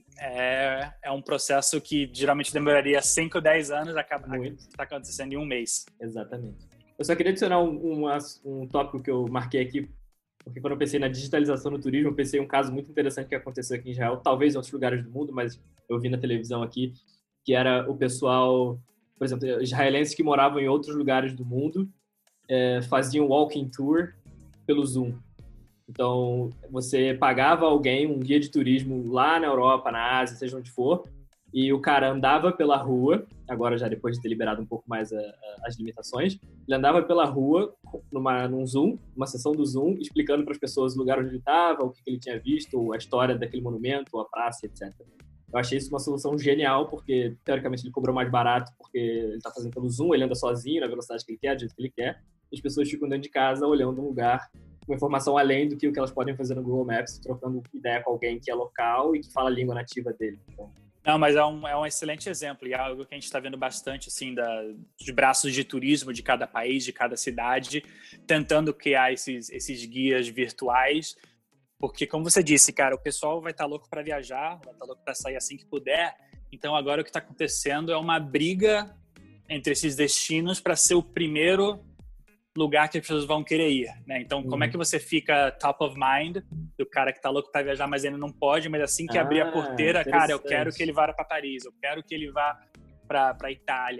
é um processo que geralmente demoraria 5 ou 10 anos, acaba acontecendo em um mês. Exatamente. Eu só queria adicionar um tópico que eu marquei aqui, porque quando eu pensei na digitalização no turismo, eu pensei em um caso muito interessante que aconteceu aqui em Israel, talvez em outros lugares do mundo, mas eu vi na televisão aqui, que era o pessoal, por exemplo, israelenses que moravam em outros lugares do mundo, faziam walking tour pelo Zoom. Então, você pagava alguém, um guia de turismo lá na Europa, na Ásia, seja onde for, e o cara andava pela rua, agora já depois de ter liberado um pouco mais as limitações, ele andava pela rua num Zoom, uma sessão do Zoom, explicando para as pessoas o lugar onde ele estava, o que ele tinha visto, a história daquele monumento, a praça, etc. Eu achei isso uma solução genial, porque, teoricamente, ele cobrou mais barato, porque ele está fazendo pelo Zoom, ele anda sozinho, na velocidade que ele quer, do jeito que ele quer, e as pessoas ficam dentro de casa olhando um lugar com informação além do que o que elas podem fazer no Google Maps, trocando ideia com alguém que é local e que fala a língua nativa dele. Então, não, mas é um excelente exemplo e é algo que a gente está vendo bastante, assim, dos braços de turismo de cada país, de cada cidade, tentando criar esses guias virtuais, porque, como você disse, cara, o pessoal vai estar louco para viajar, vai estar louco para sair assim que puder, então agora o que está acontecendo é uma briga entre esses destinos para ser o primeiro lugar que as pessoas vão querer ir, né? Então, como é que você fica top of mind do cara que tá louco para viajar, mas ele não pode, mas assim que abrir a porteira, cara, eu quero que ele vá para Paris, eu quero que ele vá para Itália.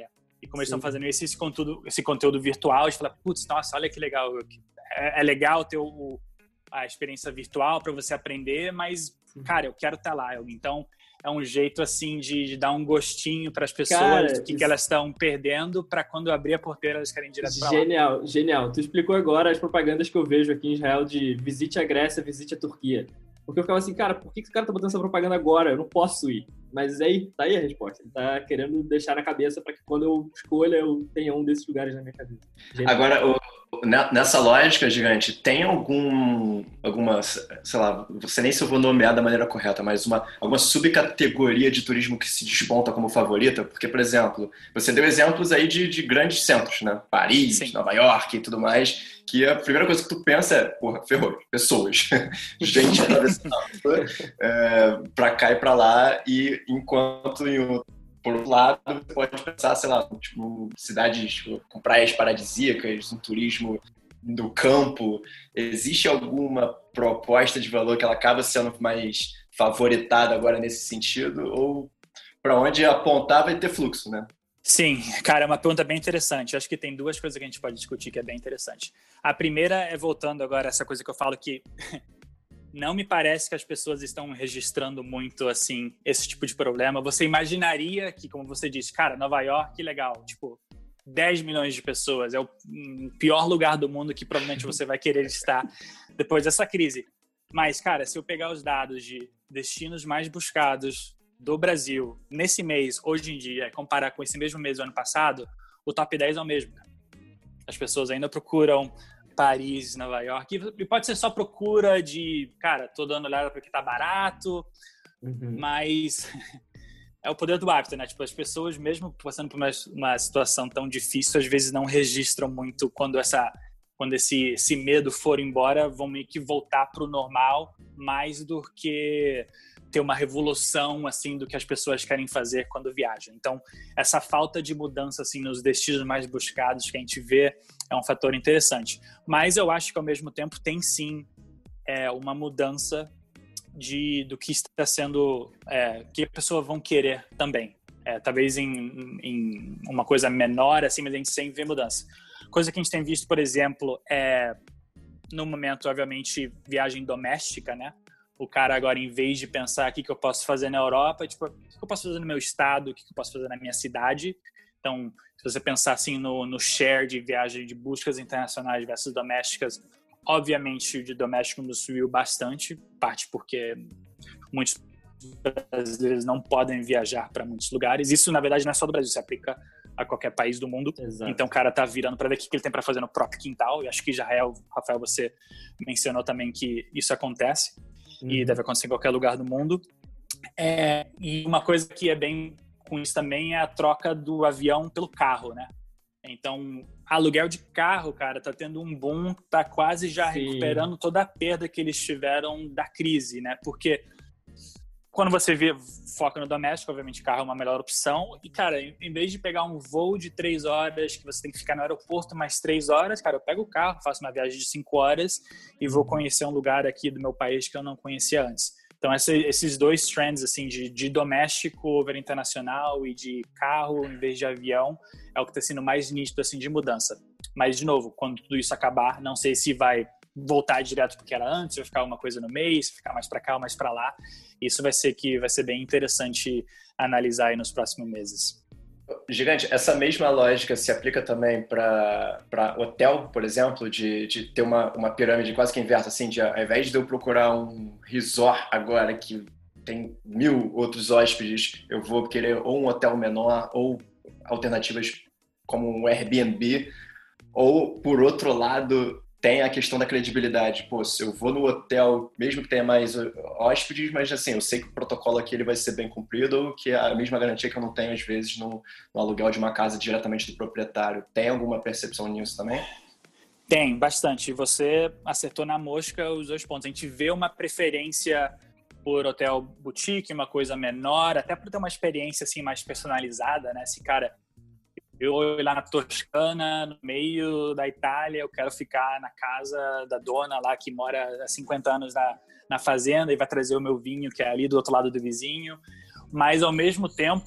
E como eles estão fazendo esse conteúdo virtual, de falar, putz, nossa, olha que legal. É legal ter a experiência virtual para você aprender, mas, cara, eu quero estar lá. Então, é um jeito, assim, de dar um gostinho para as pessoas do que elas estão perdendo, para quando abrir a porteira elas querem direto para lá. Genial. Tu explicou agora as propagandas que eu vejo aqui em Israel de visite a Grécia, visite a Turquia. Porque eu ficava assim, cara, por que esse cara tá botando essa propaganda agora? Eu não posso ir. Mas aí, tá aí a resposta. Ele tá querendo deixar na cabeça para que quando eu escolha, eu tenha um desses lugares na minha cabeça. Genial. Agora, nessa lógica, Gigante, tem alguma, sei lá, você nem se eu vou nomear da maneira correta, mas alguma subcategoria de turismo que se desponta como favorita? Porque, por exemplo, você deu exemplos aí de grandes centros, né? Paris, Sim. Nova York e tudo mais, que a primeira coisa que tu pensa é, porra, ferrou, pessoas. Gente atravessando pra cá e pra lá, e enquanto por outro lado, você pode pensar, sei lá, tipo, cidades com praias paradisíacas, um turismo do campo. Existe alguma proposta de valor que ela acaba sendo mais favoritada agora nesse sentido? Ou para onde apontar vai ter fluxo, né? Sim, cara, é uma pergunta bem interessante. Eu acho que tem duas coisas que a gente pode discutir que é bem interessante. A primeira é, voltando agora a essa coisa que eu falo que não me parece que as pessoas estão registrando muito, assim, esse tipo de problema. Você imaginaria que, como você disse, cara, Nova York, legal, tipo, 10 milhões de pessoas, é o pior lugar do mundo que provavelmente você vai querer estar depois dessa crise. Mas, cara, se eu pegar os dados de destinos mais buscados do Brasil nesse mês, hoje em dia, comparar com esse mesmo mês do ano passado, o top 10 é o mesmo. As pessoas ainda procuram Paris, Nova York, e pode ser só procura de, cara, tô dando olhada porque tá barato, mas é o poder do hábito, né? Tipo, as pessoas, mesmo passando por uma situação tão difícil, às vezes não registram muito quando esse medo for embora, vão meio que voltar pro normal, mais do que ter uma revolução, assim, do que as pessoas querem fazer quando viajam. Então, essa falta de mudança, assim, nos destinos mais buscados que a gente vê é um fator interessante. Mas eu acho que, ao mesmo tempo, tem, sim, uma mudança do que está sendo... que as pessoas vão querer também. Talvez em uma coisa menor, assim, mas a gente sempre vê mudança. Coisa que a gente tem visto, por exemplo, no momento, obviamente, viagem doméstica, né? O cara agora, em vez de pensar o que eu posso fazer na Europa, tipo, o que eu posso fazer no meu estado, o que eu posso fazer na minha cidade. Então, se você pensar assim no share de viagem de buscas internacionais versus domésticas, obviamente o de doméstico nos subiu bastante, parte porque muitos brasileiros não podem viajar para muitos lugares. Isso, na verdade, não é só do Brasil, se aplica a qualquer país do mundo. Exato. Então o cara tá virando para ver o que ele tem para fazer no próprio quintal. E acho que Israel, Rafael, você mencionou também que isso acontece. E deve acontecer em qualquer lugar do mundo. E uma coisa que é bem com isso também é a troca do avião pelo carro, né? Então, aluguel de carro, cara, tá tendo um boom, tá quase já recuperando toda a perda que eles tiveram da crise, né? Porque quando você foca no doméstico, obviamente carro é uma melhor opção. E, cara, em vez de pegar um voo de 3 horas, que você tem que ficar no aeroporto mais 3 horas, cara, eu pego o carro, faço uma viagem de 5 horas e vou conhecer um lugar aqui do meu país que eu não conhecia antes. Então, esses dois trends, assim, de doméstico over internacional e de carro em vez de avião, é o que está sendo mais nítido, assim, de mudança. Mas, de novo, quando tudo isso acabar, não sei se vai voltar direto porque era antes, vai ficar uma coisa no meio, se ficar mais para cá ou mais para lá. Isso vai ser bem interessante analisar aí nos próximos meses. Gigante, essa mesma lógica se aplica também para hotel, por exemplo, de ter uma pirâmide quase que inversa, assim, ao invés de eu procurar um resort agora que tem 1000 outros hóspedes, eu vou querer ou um hotel menor ou alternativas como um Airbnb, ou, por outro lado, tem a questão da credibilidade. Pô, se eu vou no hotel, mesmo que tenha mais hóspedes, mas assim, eu sei que o protocolo aqui ele vai ser bem cumprido, que é a mesma garantia que eu não tenho, às vezes, no aluguel de uma casa diretamente do proprietário. Tem alguma percepção nisso também? Tem, bastante. Você acertou na mosca os 2 pontos. A gente vê uma preferência por hotel boutique, uma coisa menor, até por ter uma experiência assim, mais personalizada, né? Esse cara... Eu vou lá na Toscana, no meio da Itália, eu quero ficar na casa da dona lá que mora há 50 anos na fazenda e vai trazer o meu vinho, que é ali do outro lado do vizinho. Mas, ao mesmo tempo,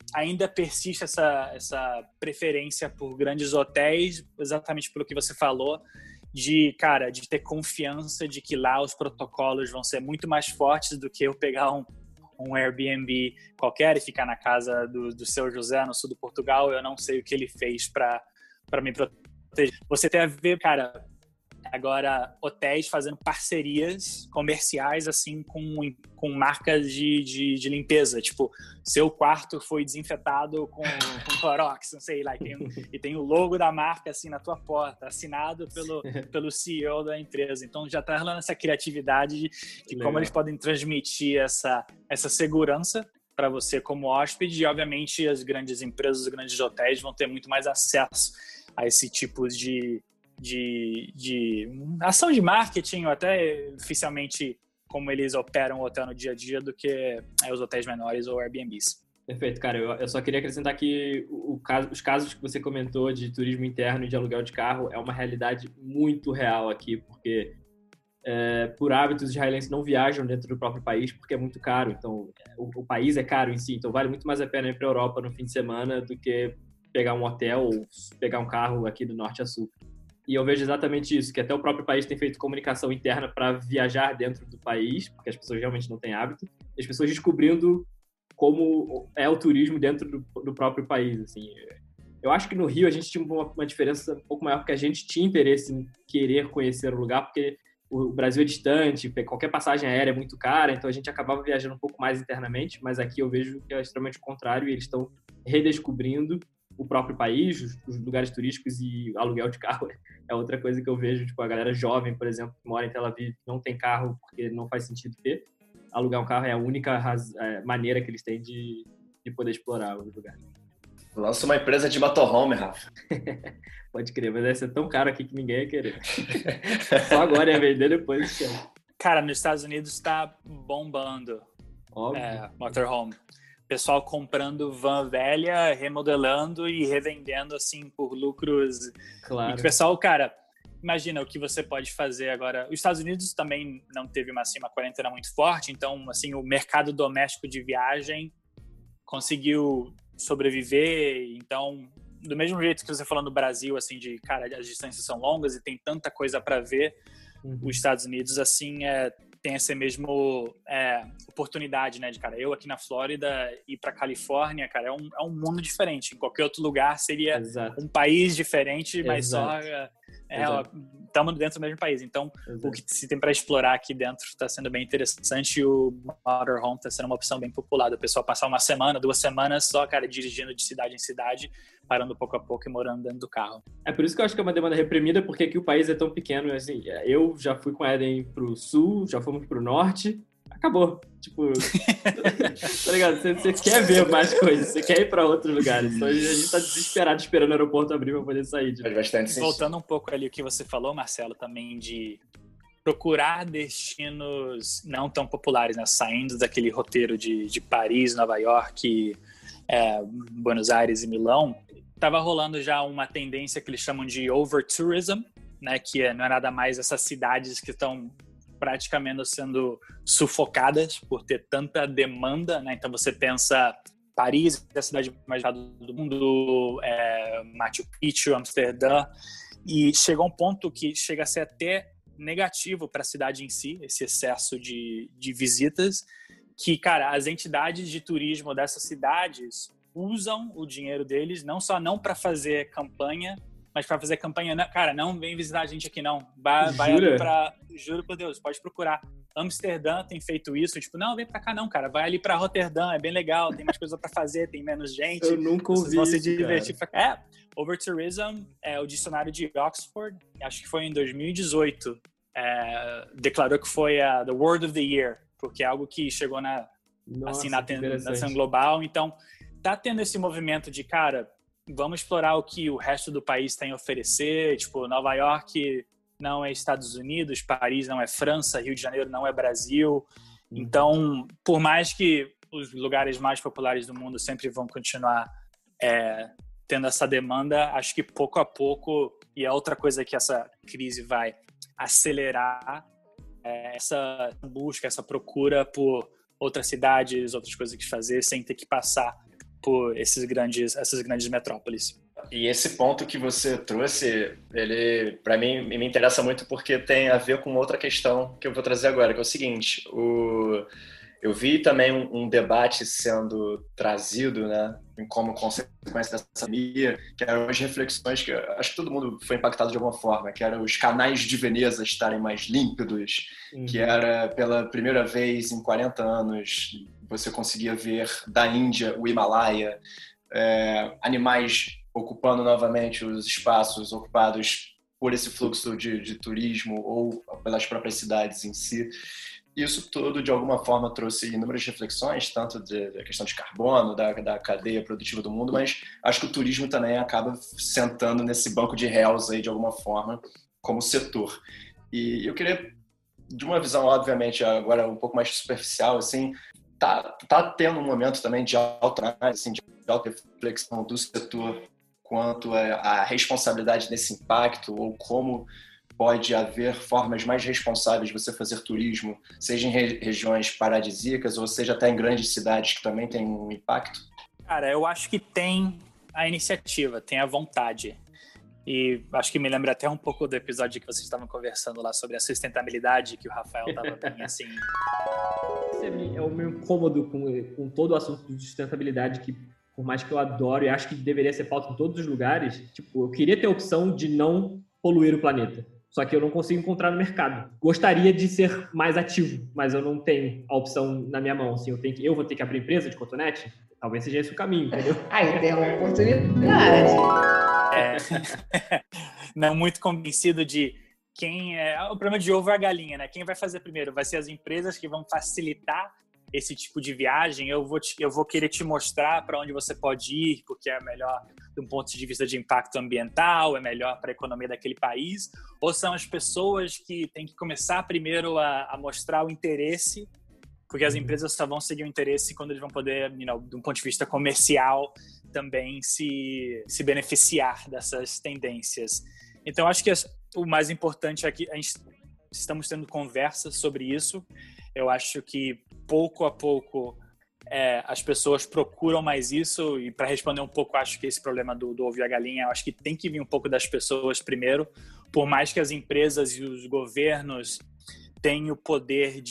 ainda persiste essa preferência por grandes hotéis, exatamente pelo que você falou, de ter confiança de que lá os protocolos vão ser muito mais fortes do que eu pegar um Airbnb qualquer e ficar na casa do seu José, no sul do Portugal. Eu não sei o que ele fez para me proteger. Você tem a ver, cara, agora hotéis fazendo parcerias comerciais assim com marcas de limpeza, tipo, seu quarto foi desinfetado com Clorox, não sei lá, e tem o logo da marca assim na tua porta, assinado pelo CEO da empresa. Então já tá rolando essa criatividade de como eles podem transmitir essa segurança para você como hóspede, e obviamente as grandes empresas, os grandes hotéis vão ter muito mais acesso a esse tipo de ação de marketing, ou até oficialmente como eles operam o hotel no dia a dia, do que os hotéis menores ou Airbnbs. Perfeito, cara. Eu só queria acrescentar que os casos que você comentou de turismo interno e de aluguel de carro é uma realidade muito real aqui, porque por hábito os israelenses não viajam dentro do próprio país porque é muito caro. Então, o país é caro em si, então vale muito mais a pena ir para a Europa no fim de semana do que pegar um hotel ou pegar um carro aqui do norte a sul. E eu vejo exatamente isso, que até o próprio país tem feito comunicação interna para viajar dentro do país, porque as pessoas realmente não têm hábito, e as pessoas descobrindo como é o turismo dentro do próprio país. Assim. Eu acho que no Rio a gente tinha uma diferença um pouco maior, porque a gente tinha interesse em querer conhecer o lugar, porque o Brasil é distante, qualquer passagem aérea é muito cara, então a gente acabava viajando um pouco mais internamente, mas aqui eu vejo que é extremamente o contrário, e eles estão redescobrindo o próprio país, os lugares turísticos, e aluguel de carro é outra coisa que eu vejo, tipo, a galera jovem, por exemplo, que mora em Tel Aviv, não tem carro porque não faz sentido ter. Alugar um carro é a única maneira que eles têm de poder explorar o lugar. Lança uma empresa de motorhome, Rafa. Pode crer, mas deve ser tão caro aqui que ninguém ia querer. Só agora ia vender, depois. Cara, nos Estados Unidos está bombando. Óbvio. Motorhome. Pessoal comprando van velha, remodelando e revendendo assim por lucros. Claro. E o pessoal, cara, imagina o que você pode fazer agora. Os Estados Unidos também não teve uma quarentena muito forte, então assim o mercado doméstico de viagem conseguiu sobreviver. Então, do mesmo jeito que você falou no Brasil, assim, de cara, as distâncias são longas e tem tanta coisa para ver, os Estados Unidos assim tem essa mesma oportunidade, né, de, cara, eu aqui na Flórida ir para Califórnia, cara, é um mundo diferente. Em qualquer outro lugar seria um país diferente, mas só estamos dentro do mesmo país. Então, o que se tem para explorar aqui dentro está sendo bem interessante, e o motorhome está sendo uma opção bem popular. O pessoal passar uma semana, 2 semanas só, cara, dirigindo de cidade em cidade, parando pouco a pouco e morando dentro do carro. É por isso que eu acho que é uma demanda reprimida, porque aqui o país é tão pequeno. Assim, eu já fui com a Eden pro sul, já fomos pro norte, acabou. Tipo, tá ligado? Você quer ver mais coisas, você quer ir pra outros lugares. Então a gente tá desesperado esperando o aeroporto abrir pra poder sair. Faz bastante sentido. Voltando um pouco ali o que você falou, Marcelo, também de procurar destinos não tão populares, né? Saindo daquele roteiro de Paris, Nova York, Buenos Aires e Milão. Tava rolando já uma tendência que eles chamam de over-tourism, né? Que não é nada mais essas cidades que estão praticamente sendo sufocadas por ter tanta demanda, né? Então você pensa Paris, é a cidade mais do mundo, Machu Picchu, Amsterdã, e chegou um ponto que chega a ser até negativo para a cidade em si, esse excesso de visitas, que, cara, as entidades de turismo dessas cidades usam o dinheiro deles não só não para fazer campanha, mas para fazer campanha, cara, não vem visitar a gente aqui não, vai ali para, juro por Deus, pode procurar. Amsterdã tem feito isso, tipo, não, vem pra cá não, cara, vai ali pra Roterdã, é bem legal, tem mais coisa pra fazer, tem menos gente. Eu nunca ouvi vão se isso, divertir. Over-tourism, o dicionário de Oxford, acho que foi em 2018, declarou que foi the word of the year, porque é algo que chegou na atenção global. Então, tá tendo esse movimento de, cara, vamos explorar o que o resto do país tem a oferecer, tipo, Nova York não é Estados Unidos, Paris não é França, Rio de Janeiro não é Brasil. Então, por mais que os lugares mais populares do mundo sempre vão continuar tendo essa demanda, acho que pouco a pouco, e é outra coisa que essa crise vai acelerar, essa busca, essa procura por outras cidades, outras coisas que fazer, sem ter que passar por essas grandes metrópoles. E esse ponto que você trouxe, ele, para mim, me interessa muito porque tem a ver com outra questão que eu vou trazer agora, que é o seguinte: eu vi também um debate sendo trazido, né, como consequência dessa pandemia, que eram as reflexões que acho que todo mundo foi impactado de alguma forma, que eram os canais de Veneza estarem mais límpidos, que era pela primeira vez em 40 anos você conseguia ver da Índia o Himalaia, animais ocupando novamente os espaços ocupados por esse fluxo de turismo ou pelas próprias cidades em si. Isso tudo, de alguma forma, trouxe inúmeras reflexões, tanto da questão de carbono, da cadeia produtiva do mundo, mas acho que o turismo também acaba sentando nesse banco de réus aí, de alguma forma, como setor. E eu queria, de uma visão, obviamente, agora um pouco mais superficial, assim, tá tendo um momento também de autoanálise, assim, de auto-reflexão do setor quanto à responsabilidade desse impacto ou como pode haver formas mais responsáveis de você fazer turismo, seja em regiões paradisíacas ou seja até em grandes cidades que também tem um impacto? Cara, eu acho que tem a iniciativa, tem a vontade. E acho que me lembra até um pouco do episódio que vocês estavam conversando lá sobre a sustentabilidade, que o Rafael estava bem assim. Esse é o meu incômodo com todo o assunto de sustentabilidade, que por mais que eu adoro e acho que deveria ser pauta em todos os lugares, tipo, eu queria ter a opção de não poluir o planeta. Só que eu não consigo encontrar no mercado. Gostaria de ser mais ativo, mas eu não tenho a opção na minha mão. Assim, eu vou ter que abrir empresa de cotonete? Talvez seja esse o caminho, entendeu? Aí tem uma oportunidade. Não muito convencido de quem é... O problema de ovo é a galinha, né? Quem vai fazer primeiro? Vai ser as empresas que vão facilitar esse tipo de viagem. Eu vou querer te mostrar para onde você pode ir, porque é melhor de um ponto de vista de impacto ambiental, é melhor para a economia daquele país. Ou são as pessoas que têm que começar primeiro a mostrar o interesse, porque as empresas só vão seguir o interesse quando eles vão poder, de um ponto de vista comercial, também se beneficiar dessas tendências. Então, acho que o mais importante é que estamos tendo conversas sobre isso. Eu acho que, pouco a pouco, as pessoas procuram mais isso. E, para responder um pouco, acho que esse problema do ovo e a galinha, eu acho que tem que vir um pouco das pessoas primeiro. Por mais que as empresas e os governos tenham o poder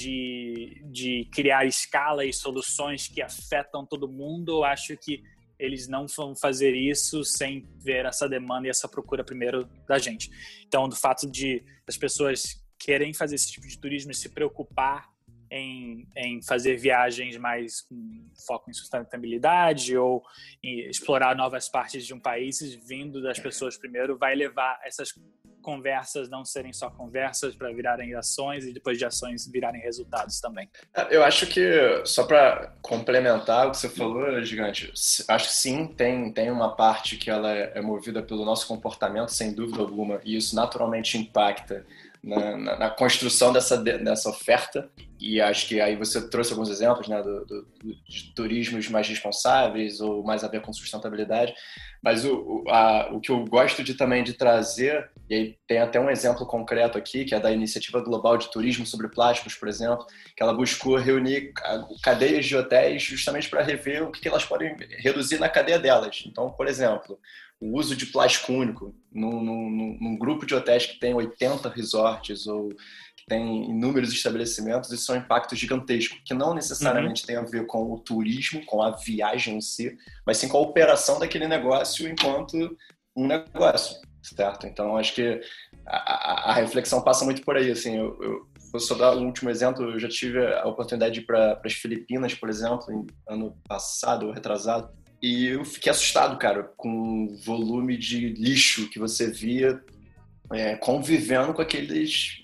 de criar escala e soluções que afetam todo mundo, eu acho que eles não vão fazer isso sem ver essa demanda e essa procura primeiro da gente. Então, do fato de as pessoas querem fazer esse tipo de turismo e se preocupar em fazer viagens mais com foco em sustentabilidade ou em explorar novas partes de um país, vindo das pessoas primeiro, vai levar essas conversas não serem só conversas para virarem ações e depois de ações virarem resultados também. Eu acho que, só para complementar o que você falou, Gigante, acho que sim, tem uma parte que ela é movida pelo nosso comportamento, sem dúvida alguma, e isso naturalmente impacta na construção dessa oferta. E acho que aí você trouxe alguns exemplos, né, de turismos mais responsáveis ou mais a ver com sustentabilidade, mas o que eu gosto também de trazer, e aí tem até um exemplo concreto aqui, que é da Iniciativa Global de Turismo sobre Plásticos, por exemplo, que ela buscou reunir cadeias de hotéis justamente para rever o que elas podem reduzir na cadeia delas. Então, por exemplo, o uso de plástico único num grupo de hotéis que tem 80 resorts ou que tem inúmeros estabelecimentos, isso são impactos gigantescos, que não necessariamente tem a ver com o turismo, com a viagem em si, mas sim com a operação daquele negócio enquanto um negócio, certo? Então, acho que a reflexão passa muito por aí. Assim, eu vou só dar um último exemplo. Eu já tive a oportunidade de ir para as Filipinas, por exemplo, ano passado ou retrasado, e eu fiquei assustado, cara, com o volume de lixo que você via convivendo com aquele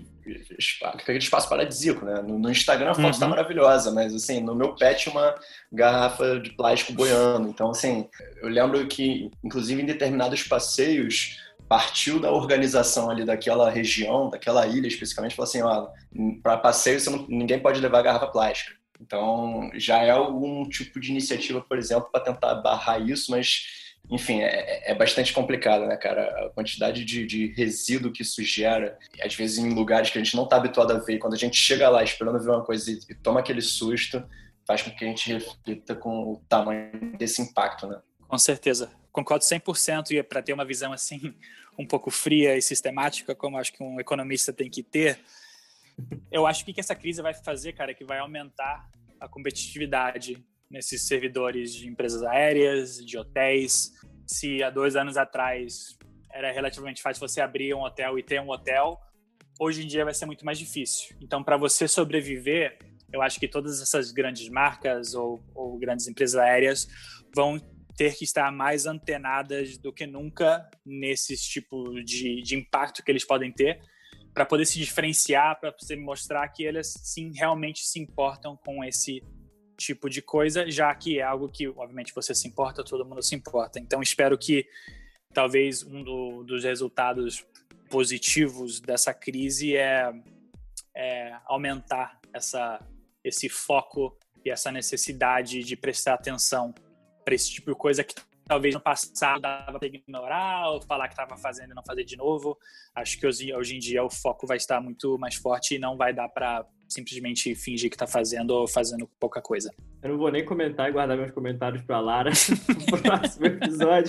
espaço paradisíaco, né? No Instagram a foto está maravilhosa, mas assim, no meu pet uma garrafa de plástico boiando. Então, assim, eu lembro que, inclusive, em determinados passeios, partiu da organização ali daquela região, daquela ilha especificamente, falou assim, ó, para passeio ninguém pode levar garrafa plástica. Então, já é algum tipo de iniciativa, por exemplo, para tentar barrar isso, mas, enfim, é bastante complicado, né, cara? A quantidade de resíduo que isso gera, às vezes em lugares que a gente não está habituado a ver, e quando a gente chega lá esperando ver uma coisa e toma aquele susto, faz com que a gente reflita com o tamanho desse impacto, né? Com certeza. Concordo 100%, e para ter uma visão assim um pouco fria e sistemática, como acho que um economista tem que ter, eu acho que essa crise vai fazer, cara, é que vai aumentar a competitividade nesses servidores de empresas aéreas, de hotéis. Se há 2 anos atrás era relativamente fácil você abrir um hotel e ter um hotel, hoje em dia vai ser muito mais difícil. Então, para você sobreviver, eu acho que todas essas grandes marcas ou grandes empresas aéreas vão ter que estar mais antenadas do que nunca nesses tipos de impacto que eles podem ter, para poder se diferenciar, para você mostrar que eles sim realmente se importam com esse tipo de coisa, já que é algo que, obviamente, você se importa, todo mundo se importa. Então, espero que talvez dos resultados positivos dessa crise é aumentar esse foco e essa necessidade de prestar atenção para esse tipo de coisa que talvez no passado dava para ignorar ou falar que estava fazendo e não fazer de novo. Acho que hoje em dia o foco vai estar muito mais forte e não vai dar para simplesmente fingir que está fazendo ou fazendo pouca coisa. Eu não vou nem comentar e guardar meus comentários para a Lara no próximo episódio.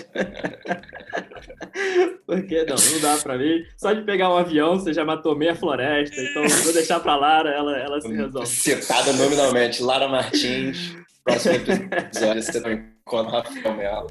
Porque não dá para mim. Só de pegar um avião, você já matou meia floresta. Então, vou deixar para a Lara, ela se resolve. Citada nominalmente, Lara Martins. Próximo episódio, você vai encontrar Rafael Melo.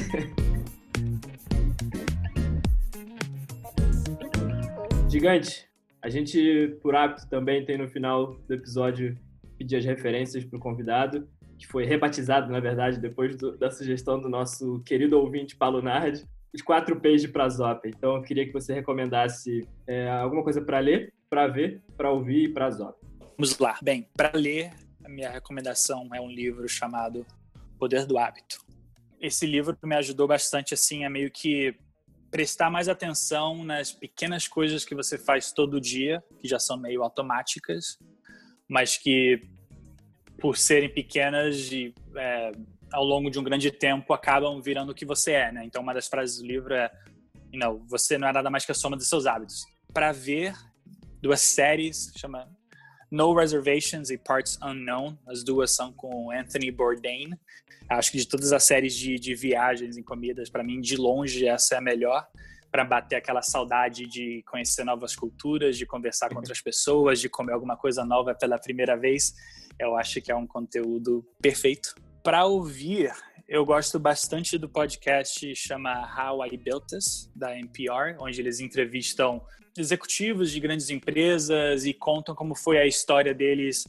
Gigante, a gente, por hábito, também tem no final do episódio pedir as referências para o convidado, que foi rebatizado, na verdade, depois da sugestão do nosso querido ouvinte Paulo Nardi, os 4 P's de Prazópia. Então, eu queria que você recomendasse alguma coisa para ler, para ver, para ouvir e para Zópia. Vamos lá. Bem, para ler, a minha recomendação é um livro chamado Poder do Hábito. Esse livro me ajudou bastante assim, a meio que prestar mais atenção nas pequenas coisas que você faz todo dia, que já são meio automáticas, mas que, por serem pequenas e ao longo de um grande tempo, acabam virando o que você é, né? Então, uma das frases do livro é: você não é nada mais que a soma dos seus hábitos. Para ver 2 séries, chama No Reservations e Parts Unknown. As 2 são com Anthony Bourdain. Acho que de todas as séries de viagens em comidas, para mim, de longe, essa é a melhor, para bater aquela saudade de conhecer novas culturas, de conversar com outras pessoas, de comer alguma coisa nova pela primeira vez. Eu acho que é um conteúdo perfeito. Para ouvir, eu gosto bastante do podcast chama How I Built This, da NPR, onde eles entrevistam executivos de grandes empresas e contam como foi a história deles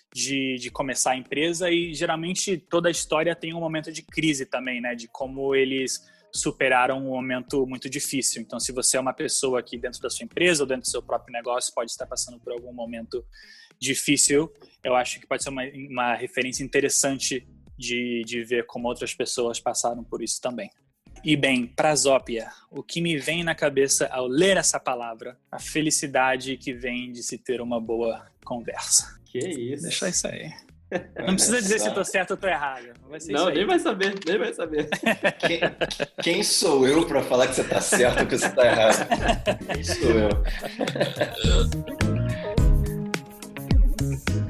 de começar a empresa, e geralmente toda a história tem um momento de crise também, né? De como eles superaram um momento muito difícil. Então, se você é uma pessoa que dentro da sua empresa ou dentro do seu próprio negócio pode estar passando por algum momento difícil, eu acho que pode ser uma referência interessante de ver como outras pessoas passaram por isso também. E bem, Prazópia, o que me vem na cabeça ao ler essa palavra, a felicidade que vem de se ter uma boa conversa. Que isso? Deixa isso aí. Não precisa dizer se eu tô certo ou tô errado. Não, nem vai saber, nem vai saber. Quem sou eu para falar que você tá certo ou que você tá errado? Quem sou eu?